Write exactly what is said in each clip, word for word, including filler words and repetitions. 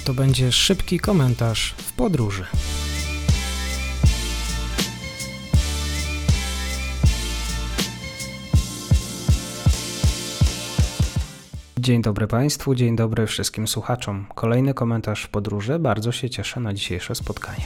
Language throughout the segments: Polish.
To będzie szybki komentarz w podróży. Dzień dobry Państwu, dzień dobry wszystkim słuchaczom. Kolejny komentarz w podróży. Bardzo się cieszę na dzisiejsze spotkanie.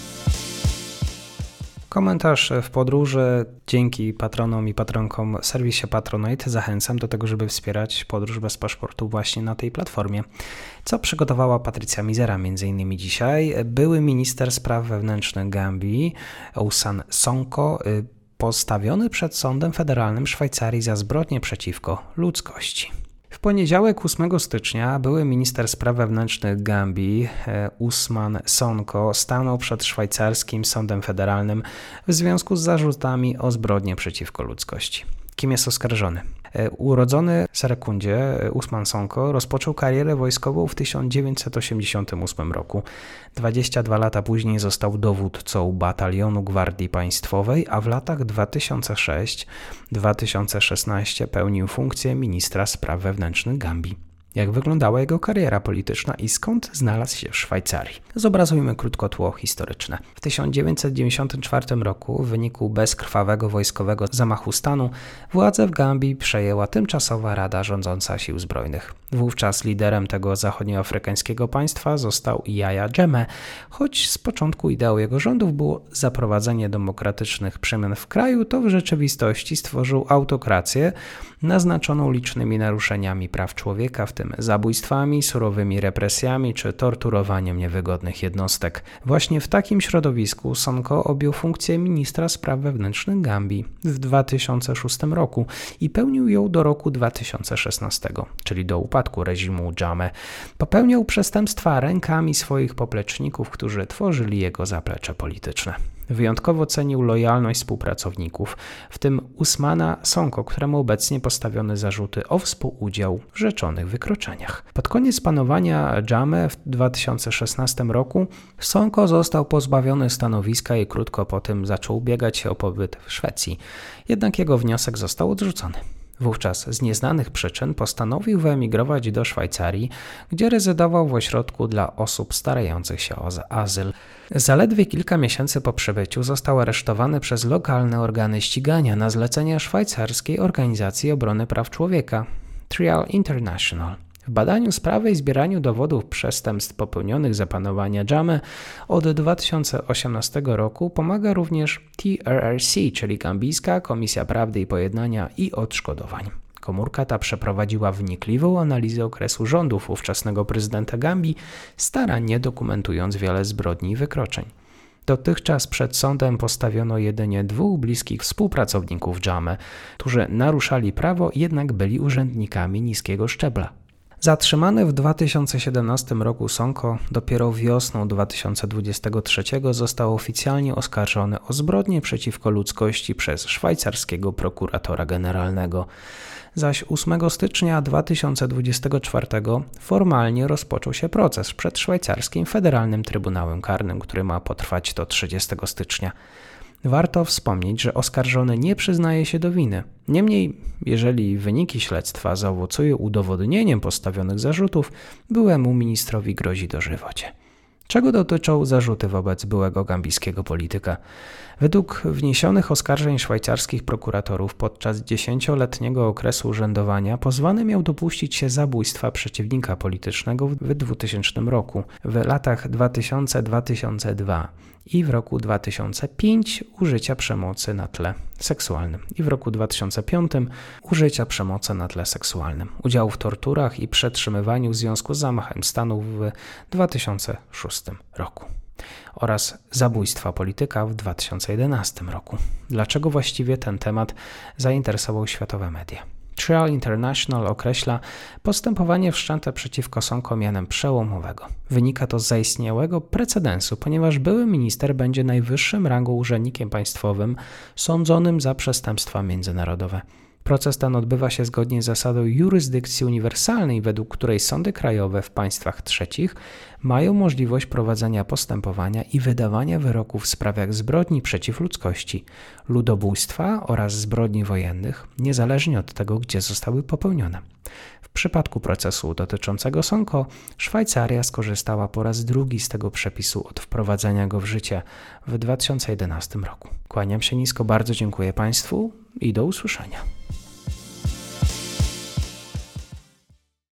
Komentarz w podróży. Dzięki patronom i patronkom w serwisie Patronite zachęcam do tego, żeby wspierać podróż bez paszportu właśnie na tej platformie. Co przygotowała Patrycja Mizera między innymi dzisiaj. Były minister spraw wewnętrznych Gambii, Ousmane Sonko, postawiony przed sądem federalnym Szwajcarii za zbrodnie przeciwko ludzkości. W poniedziałek ósmego stycznia były minister spraw wewnętrznych Gambii Ousmane Sonko stanął przed szwajcarskim sądem federalnym w związku z zarzutami o zbrodnie przeciwko ludzkości. Kim jest oskarżony? Urodzony w Serekundzie, Ousmane Sonko rozpoczął karierę wojskową w tysiąc dziewięćset osiemdziesiątym ósmym roku. dwadzieścia dwa lata później został dowódcą batalionu Gwardii Państwowej, a w latach dwa tysiące szóstym do dwa tysiące szesnastego pełnił funkcję ministra spraw wewnętrznych Gambii. Jak wyglądała jego kariera polityczna i skąd znalazł się w Szwajcarii? Zobrazujmy krótko tło historyczne. W tysiąc dziewięćset dziewięćdziesiątym czwartym roku w wyniku bezkrwawego wojskowego zamachu stanu władzę w Gambii przejęła tymczasowa Rada Rządząca Sił Zbrojnych. Wówczas liderem tego zachodnioafrykańskiego państwa został Yahya Jammeh, choć z początku ideą jego rządów było zaprowadzenie demokratycznych przemian w kraju, to w rzeczywistości stworzył autokrację naznaczoną licznymi naruszeniami praw człowieka, w tym zabójstwami, surowymi represjami czy torturowaniem niewygodnych jednostek. Właśnie w takim środowisku Sonko objął funkcję ministra spraw wewnętrznych Gambii w dwa tysiące szóstym roku i pełnił ją do roku dwa tysiące szesnastego, czyli do upadku reżimu Jammeh. Popełniał przestępstwa rękami swoich popleczników, którzy tworzyli jego zaplecze polityczne. Wyjątkowo cenił lojalność współpracowników, w tym Ousmana Sonko, któremu obecnie postawiono zarzuty o współudział w rzeczonych wykroczeniach. Pod koniec panowania Jammeh w dwa tysiące szesnastym roku Sonko został pozbawiony stanowiska i krótko po tym zaczął ubiegać się o pobyt w Szwecji. Jednak jego wniosek został odrzucony. Wówczas z nieznanych przyczyn postanowił wyemigrować do Szwajcarii, gdzie rezydował w ośrodku dla osób starających się o azyl. Zaledwie kilka miesięcy po przybyciu został aresztowany przez lokalne organy ścigania na zlecenie szwajcarskiej organizacji obrony praw człowieka Trial International. W badaniu sprawy i zbieraniu dowodów przestępstw popełnionych za panowania Jammeh od dwa tysiące osiemnastego roku pomaga również T R R C, czyli Gambijska Komisja Prawdy i Pojednania i Odszkodowań. Komórka ta przeprowadziła wnikliwą analizę okresu rządów ówczesnego prezydenta Gambii, starannie dokumentując wiele zbrodni i wykroczeń. Dotychczas przed sądem postawiono jedynie dwóch bliskich współpracowników Jammeh, którzy naruszali prawo, jednak byli urzędnikami niskiego szczebla. Zatrzymany w dwa tysiące siedemnastym roku Sonko dopiero wiosną dwa tysiące dwudziestego trzeciego został oficjalnie oskarżony o zbrodnie przeciwko ludzkości przez szwajcarskiego prokuratora generalnego. Zaś ósmego stycznia dwa tysiące dwudziestego czwartego formalnie rozpoczął się proces przed szwajcarskim Federalnym Trybunałem Karnym, który ma potrwać do trzydziestego stycznia. Warto wspomnieć, że oskarżony nie przyznaje się do winy. Niemniej, jeżeli wyniki śledztwa zaowocują udowodnieniem postawionych zarzutów, byłemu ministrowi grozi dożywocie. Czego dotyczą zarzuty wobec byłego gambijskiego polityka? Według wniesionych oskarżeń szwajcarskich prokuratorów podczas dziesięcioletniego okresu urzędowania pozwany miał dopuścić się zabójstwa przeciwnika politycznego w dwutysięcznym roku, w latach dwa tysiące do dwa tysiące drugiego i w roku dwa tysiące piątym użycia przemocy na tle seksualnym i w roku dwa tysiące piątym użycia przemocy na tle seksualnym, udziału w torturach i przetrzymywaniu w związku z zamachem stanu w dwa tysiące szóstym roku oraz zabójstwa polityka w dwa tysiące jedenastym roku. Dlaczego właściwie ten temat zainteresował światowe media? Trial International określa postępowanie wszczęte przeciwko Sonko mianem przełomowego. Wynika to z zaistniałego precedensu, ponieważ były minister będzie najwyższym rangą urzędnikiem państwowym sądzonym za przestępstwa międzynarodowe. Proces ten odbywa się zgodnie z zasadą jurysdykcji uniwersalnej, według której sądy krajowe w państwach trzecich mają możliwość prowadzenia postępowania i wydawania wyroków w sprawach zbrodni przeciw ludzkości, ludobójstwa oraz zbrodni wojennych, niezależnie od tego, gdzie zostały popełnione. W przypadku procesu dotyczącego Sonko, Szwajcaria skorzystała po raz drugi z tego przepisu od wprowadzenia go w życie w dwa tysiące jedenastym roku. Kłaniam się nisko, bardzo dziękuję Państwu i do usłyszenia.